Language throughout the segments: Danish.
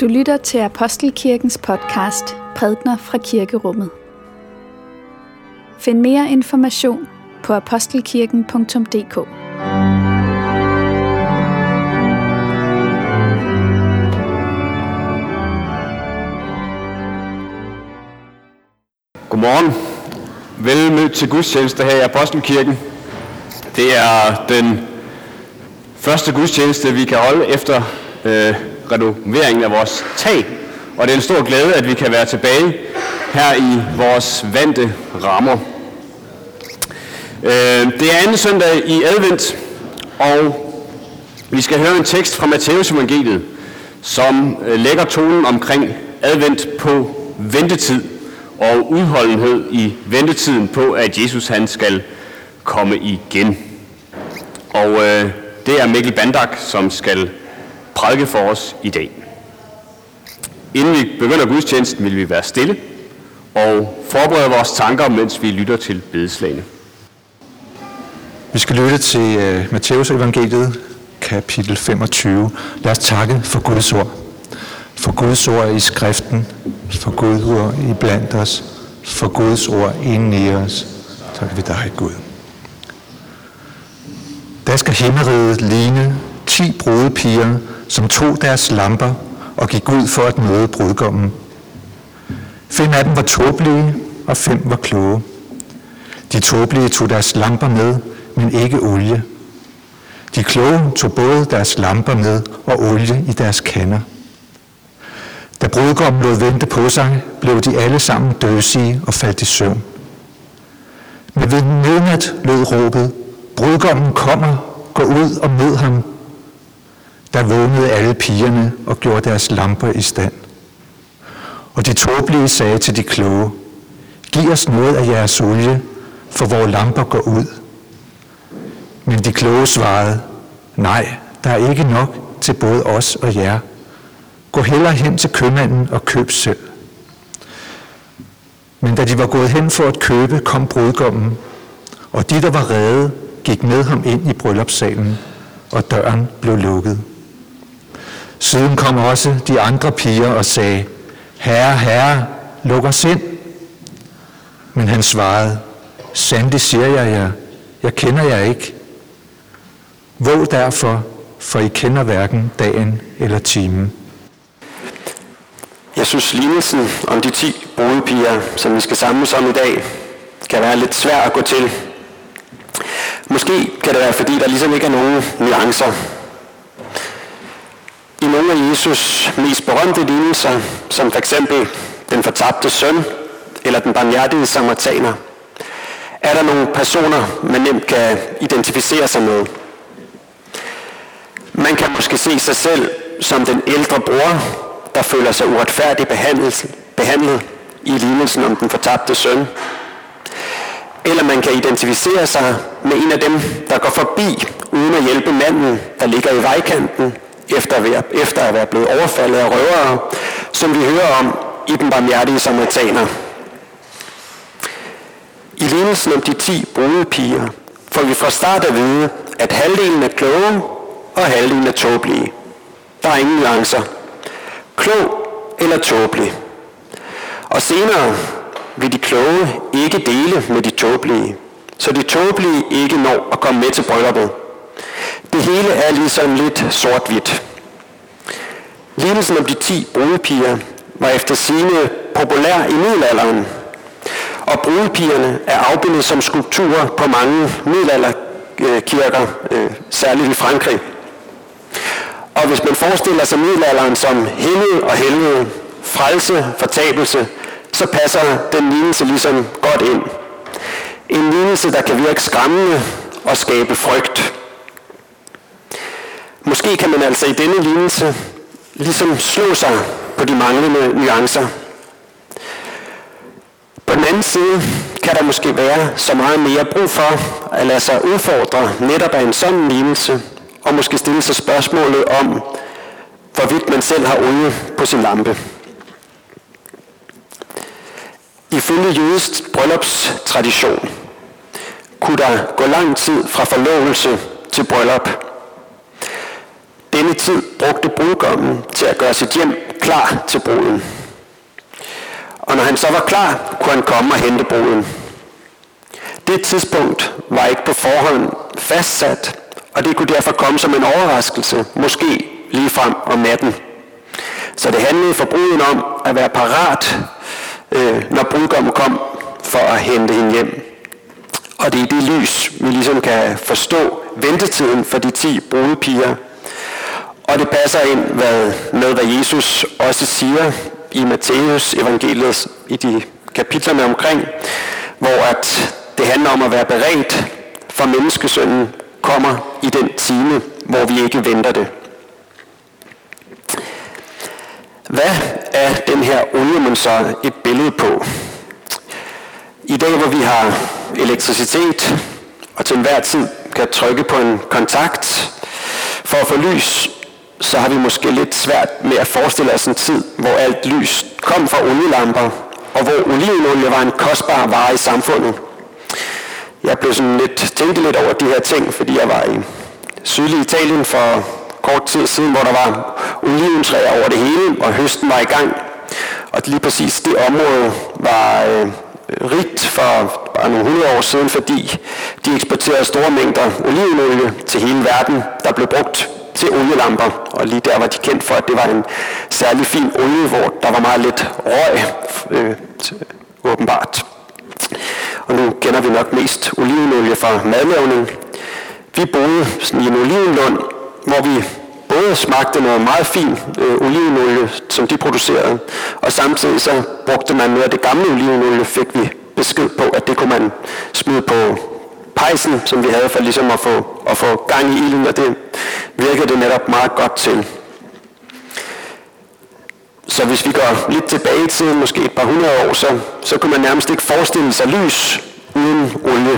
Du lytter til Apostelkirkens podcast Prædikener fra Kirkerummet. Find mere information på apostelkirken.dk. Godmorgen. Vel mødt til gudstjeneste her i Apostelkirken. Det er den første gudstjeneste, vi kan holde efter renoveringen af vores tag. Og det er en stor glæde, at vi kan være tilbage her i vores vante rammer. Det er anden søndag i advent, og vi skal høre en tekst fra Matteus evangeliet, som lægger tonen omkring advent på ventetid og udholdenhed i ventetiden på, at Jesus han skal komme igen. Og det er Mikkel Bandak, som skal prædike for os i dag. Inden vi begynder gudstjenesten, vil vi være stille og forberede vores tanker, mens vi lytter til bedeslagene. Vi skal lytte til Matteus evangeliet, kapitel 25. Lad os takke for Guds ord. For Guds ord i skriften, for Guds ord i blandt os, for Guds ord inden i os. Takker vi dig, Gud. Der skal himmeriget ligne 10 brudepiger, som tog deres lamper og gik ud for at møde brudgommen. 5 af dem var tåbelige, og 5 var kloge. De tåbelige tog deres lamper med, men ikke olie. De kloge tog både deres lamper med og olie i deres kander. Da brudgommen lod vente på sig, blev de alle sammen døsige og faldt i søvn. Men ved midnat lød råbet: brudgommen kommer, gå ud og mød ham. Der vågnede alle pigerne og gjorde deres lamper i stand. Og de tåbelige sagde til de kloge: giv os noget af jeres olie, for vores lamper går ud. Men de kloge svarede: nej, der er ikke nok til både os og jer. Gå hellere hen til købmanden og køb selv. Men da de var gået hen for at købe, kom brudgommen, og de, der var rede, gik med ham ind i bryllupssalen, og døren blev lukket. Siden kom også de andre piger og sagde: herre, herre, luk os ind. Men han svarede: sandelig siger jeg jer, jeg kender jer ikke. Våg derfor, for I kender hverken dagen eller timen. Jeg synes, lignelsen om de 10 brudepiger, som vi skal samles om i dag, kan være lidt svær at gå til. Måske kan det være, fordi der ligesom ikke er nogen nuancer. I nogle af Jesus mest berømte lignelser, som f.eks. den fortabte søn eller den barmhjertige samaritaner, er der nogle personer, man nemt kan identificere sig med. Man kan måske se sig selv som den ældre bror, der føler sig uretfærdigt behandlet i lignelsen om den fortabte søn. Eller man kan identificere sig med en af dem, der går forbi uden at hjælpe manden, der ligger i vejkanten, efter at være blevet overfaldet af røvere, som vi hører om i den barmhjertige samaritaner. I lignelsen om de 10 brudepiger får vi fra start at vide, at halvdelen er kloge og halvdelen er tåbelige. Der er ingen nuancer. Klog eller tåbelig. Og senere vil de kloge ikke dele med de tåbelige, så de tåbelige ikke når at komme med til brylluppet. Det hele er ligesom lidt sort-hvidt. Lignelsen om de 10 brudepiger var efter sigende populær i middelalderen, og brudepigerne er afbildet som skulpturer på mange middelalderkirker, særligt i Frankrig. Og hvis man forestiller sig middelalderen som himmel og helvede, frelse, fortabelse, så passer den lignelse ligesom godt ind. En lignelse, der kan virke skræmmende og skabe frygt. Måske kan man altså i denne lignelse ligesom slå sig på de manglende nuancer. På den anden side kan der måske være så meget mere brug for at lade sig udfordre netop af en sådan lignelse, og måske stille sig spørgsmålet om, hvorvidt man selv har olie på sin lampe. Ifølge jødisk bryllupstradition kunne der gå lang tid fra forlovelse til bryllup. Denne tid brugte brudgommen til at gøre sit hjem klar til bruden. Og når han så var klar, kunne han komme og hente bruden. Det tidspunkt var ikke på forhånd fastsat, og det kunne derfor komme som en overraskelse, måske lige frem om natten. Så det handlede for bruden om at være parat, når brudgommen kom for at hente hende hjem. Og det er i det lys, vi ligesom kan forstå ventetiden for de 10 brudepiger. Og det passer ind med, hvad Jesus også siger i Matteus evangeliet i de kapitlerne omkring, hvor at det handler om at være beredt, for menneskesønnen kommer i den time, hvor vi ikke venter det. Hvad er den her olie man så et billede på? I dag, hvor vi har elektricitet, og til enhver tid kan trykke på en kontakt for at få lys, så har vi måske lidt svært med at forestille os en tid, hvor alt lys kom fra olielamper, og hvor olivenolie var en kostbar vare i samfundet. Jeg blev tænkte lidt over de her ting, fordi jeg var i sydlige Italien for kort tid siden, hvor der var oliventræer over det hele, og høsten var i gang. Og lige præcis det område var rigt for bare nogle 100 år siden, fordi de eksporterede store mængder olivenolie til hele verden, der blev brugt til olielamper. Og lige der var de kendt for, at det var en særlig fin olie, hvor der var meget lidt røg, åbenbart. Og nu kender vi nok mest olivenolie fra madlavning. Vi boede i en olivenlund, hvor vi både smagte noget meget fin olivenolie, som de producerede, og samtidig så brugte man noget af det gamle olivenolie, fik vi besked på, at det kunne man smide på pejsen, som vi havde for ligesom at få gang i ilden, og det virkede det netop meget godt til. Så hvis vi går lidt tilbage i tiden, måske et par 100 år, så kunne man nærmest ikke forestille sig lys uden olie.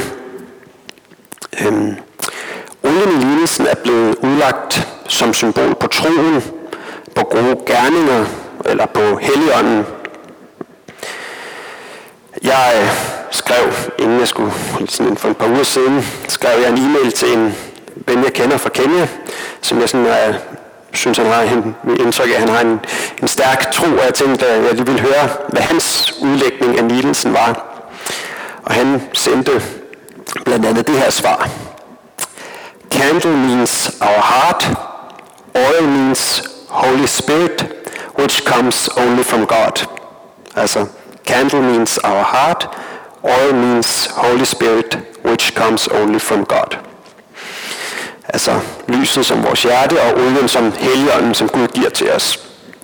Olien i lignelsen er blevet udlagt som symbol på troen, på gode gerninger eller på Helligånden. Jeg skrev, inden jeg skulle for et par uger siden, skrev jeg en e-mail til en ven, jeg kender fra Kenya, som jeg synes, han har en indtryk af, at han har en stærk tro, og jeg tænkte, at jeg ville høre, hvad hans udlægning af lignelsen var. Og han sendte blandt andet det her svar. Candle means our heart, oil means Holy Spirit, which comes only from God. Altså, candle means our heart, oil means Holy Spirit, which comes only from God. Altså, lyset som vores hjerte, og olien som Helligånden, som Gud giver til os.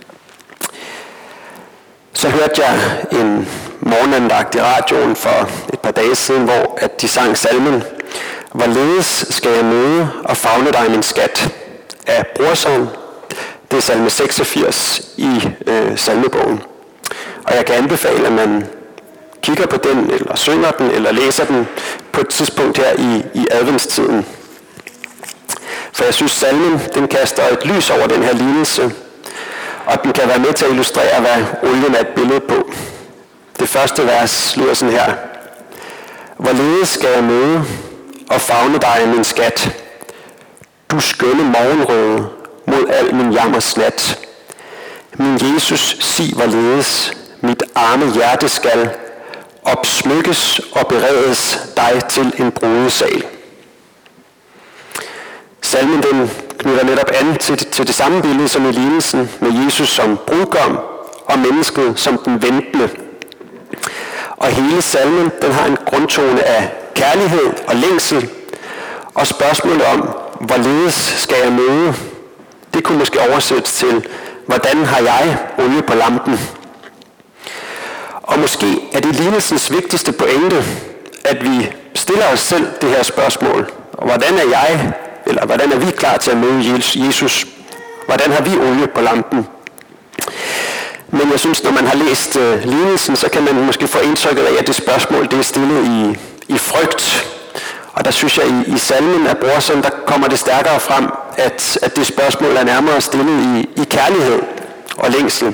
Så hørte jeg en morgenandagt i radioen for et par dage siden, hvor at de sang salmen, hvorledes skal jeg møde og favne dig min skat, af Brorson. Det er salme 86 i salmebogen. Og jeg kan anbefale, at man kigger på den, eller synger den, eller læser den på et tidspunkt her i adventstiden. For jeg synes, salmen den kaster et lys over den her lignelse, og den kan være med til at illustrere, hvad olien er et billede på. Det første vers lyder sådan her. Hvorledes skal jeg møde og favne dig min skat, du skønne morgenrøde mod al min jammers nat. Min Jesus, sig hvorledes mit arme hjerte skal opsmykkes og beredes dig til en brudesal. Salmen den knytter netop an til det samme billede som i lignelsen med Jesus som brudgom og mennesket som den ventende. Og hele salmen den har en grundtone af kærlighed og længsel, og spørgsmålet om, hvorledes skal jeg møde, det kunne måske oversættes til, hvordan har jeg olie på lampen? Og måske er det lignelsens vigtigste pointe, at vi stiller os selv det her spørgsmål. Hvordan er jeg, eller hvordan er vi klar til at møde Jesus? Hvordan har vi olie på lampen? Men jeg synes, når man har læst lignelsen, så kan man måske få indtrykket af, at det spørgsmål det er stillet i frygt. Og der synes jeg, i salmen af Brorson, der kommer det stærkere frem, at det spørgsmål er nærmere stillet i kærlighed og længsel.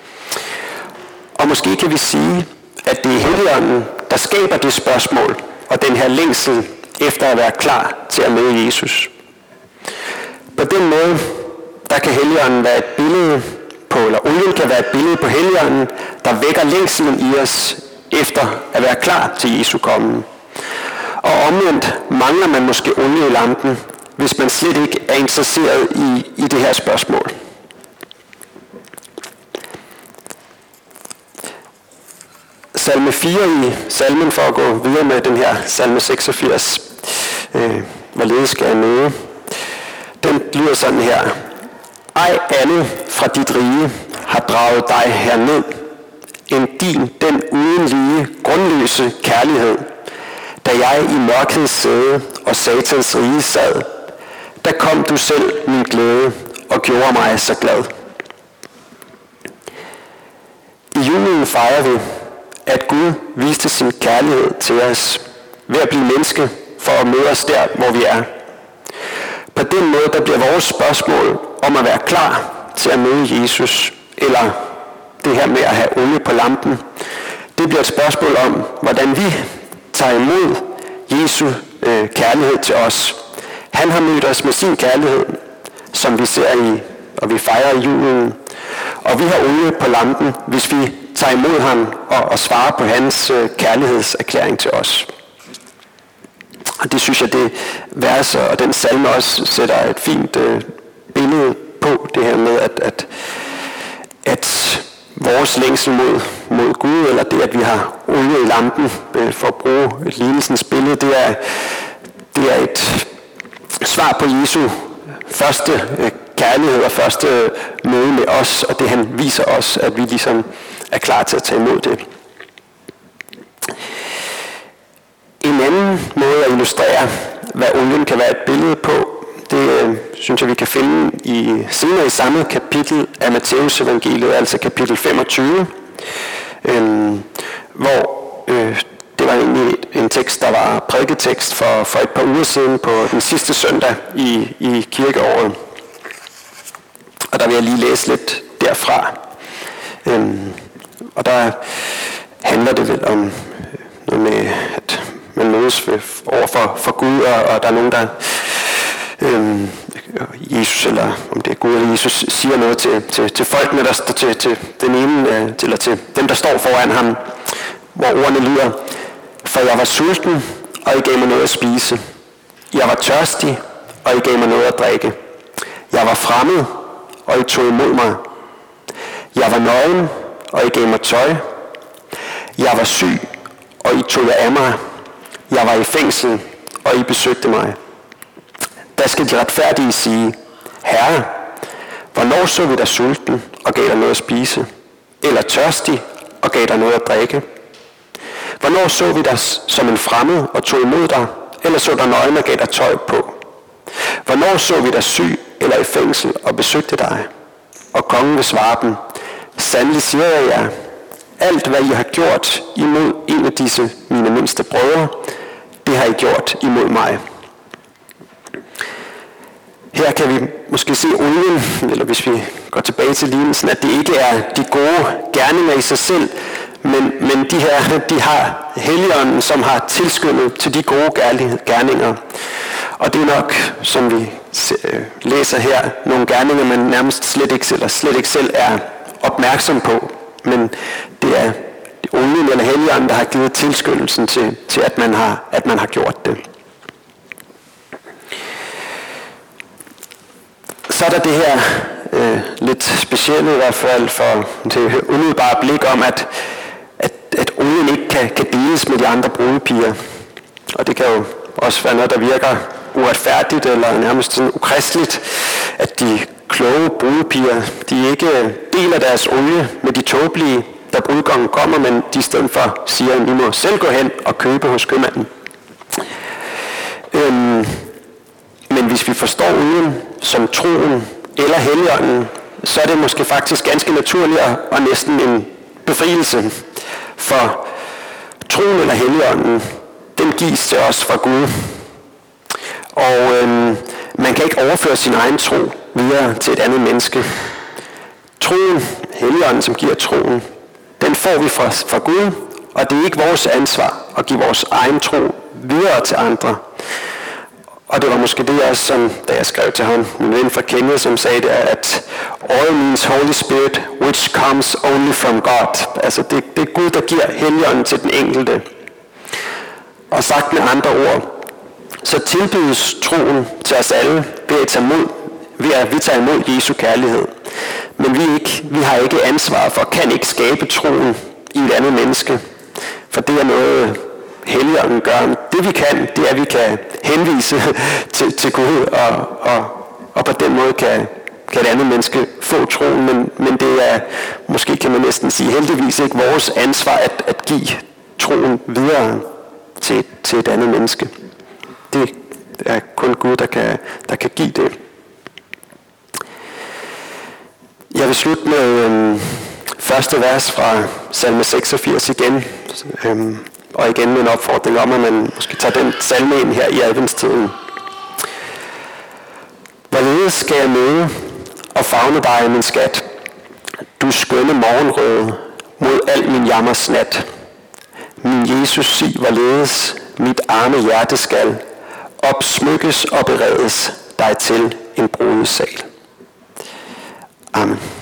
Og måske kan vi sige, at det er Helligånden, der skaber det spørgsmål og den her længsel efter at være klar til at møde Jesus. På den måde, der kan Helligånden være et billede på på, eller olien kan være et billede på Helligånden, der vækker længslen i os efter at være klar til Jesu komme. Og omvendt mangler man måske olie i lampen, hvis man slet ikke er interesseret i det her spørgsmål. Salme 4 i salmen, for at gå videre med den her salme 86, hvorledes skal jeg møde? Den lyder sådan her. Ej andet fra dit rige har draget dig herned, end din, den uden lige, grundløse kærlighed. Da jeg i mørkets sæde og satans rige sad, der kom du selv min glæde og gjorde mig så glad. I julen fejrer vi, at Gud viste sin kærlighed til os ved at blive menneske for at møde os der, hvor vi er. På den måde, der bliver vores spørgsmål om at være klar til at møde Jesus, eller det her med at have olie på lampen, det bliver et spørgsmål om, hvordan vi tager imod Jesu kærlighed til os. Han har mødt os med sin kærlighed, som vi ser i, og vi fejrer i julen. Og vi har olie på lampen, hvis vi tager imod ham og svarer på hans kærlighedserklæring til os. Og det synes jeg, det vers og den salme også sætter et fint billede på, det her med, at vores længsel mod Gud, eller det, at vi har olie i lampen, for at bruge lignelsens billede, det er et svar på Jesu første kærlighed og første møde med os, og det han viser os, at vi ligesom er klar til at tage imod det. En anden måde at illustrere, hvad olien kan være et billede på, det synes jeg, vi kan finde senere i samme kapitel af Matteus evangeliet, altså kapitel 25, hvor det var egentlig en tekst, der var prædiketekst for et par uger siden på den sidste søndag i kirkeåret. Og der vil jeg lige læse lidt derfra. Og der handler det vel om noget med, at man mødes over for Gud, og der er nogen, der Jesus, eller om det er Gud eller Jesus, siger noget til folkene, til den ene, eller til dem, der står foran ham, hvor ordene lyder: For jeg var sulten, og I gav mig noget at spise. Jeg var tørstig, og I gav mig noget at drikke. Jeg var fremmed, og I tog imod mig. Jeg var nøgen, og I gav mig tøj. Jeg var syg, og I tog jer af mig. Jeg var i fængsel, og I besøgte mig. Der skal de retfærdige sige: Herre, hvornår så vi dig sulten og gav dig noget at spise? Eller tørstig og gav dig noget at drikke? Hvornår så vi dig som en fremmed og tog imod dig? Eller så dig nøgen og gav dig tøj på? Hvornår så vi dig syg eller i fængsel og besøgte dig? Og kongen vil svare dem: Sandelig siger jeg jer, alt hvad I har gjort imod en af disse mine mindste brødre, det har I gjort imod mig. Her kan vi måske se olien, eller hvis vi går tilbage til lignelsen, at det ikke er de gode gerninger i sig selv, men de har Helligånden, som har tilskyndet til de gode gerninger. Og det er nok, som vi læser her, nogle gerninger, man nærmest slet ikke selv er opmærksom på. Men det er olien eller Helligånden, der har givet tilskyndelsen til at man har gjort det. Så er der det her lidt specielle, i hvert fald for det umiddelbare blik om, at olien ikke kan deles med de andre brudepiger. Og det kan jo også være noget, der virker uretfærdigt eller nærmest sådan ukristeligt, at de kloge brudepiger, de ikke deler deres olie med de tåbelige, da brudgommen kommer, men de i stedet for siger, at I må selv gå hen og købe hos købmanden. Men hvis vi forstår olien som troen eller Helligånden, så er det måske faktisk ganske naturligt og næsten en befrielse. For troen eller Helligånden, den gives til os fra Gud. Og man kan ikke overføre sin egen tro videre til et andet menneske. Troen, Helligånden, som giver troen, den får vi fra Gud, og det er ikke vores ansvar at give vores egen tro videre til andre. Og det var måske det også, som, da jeg skrev til ham, min ven fra Kenya, som sagde det, at oil means Holy Spirit, which comes only from God. Altså det er Gud, der giver Helligånden til den enkelte. Og sagt med andre ord, så tilbydes troen til os alle ved at vi tager imod Jesu kærlighed. Men vi har ikke ansvar for, kan ikke skabe troen i et andet menneske. For det er noget, Helligånden gør. Det vi kan, det er, at vi kan henvise til Gud, og på den måde kan et andet menneske få troen. Men det er, måske kan man næsten sige, heldigvis ikke vores ansvar at give troen videre til et andet menneske. Det er kun Gud, der kan give det. Jeg vil slutte med første vers fra salme 86 igen. Og igen en opfordring om, at man måske tager den salme ind her i adventstiden. Hvorledes skal jeg møde og favne dig, min skat? Du skønne morgenrøde mod al min jammers nat. Min Jesus, sig hvorledes mit arme hjerte skal opsmykkes og beredes dig til en brudesal. Amen.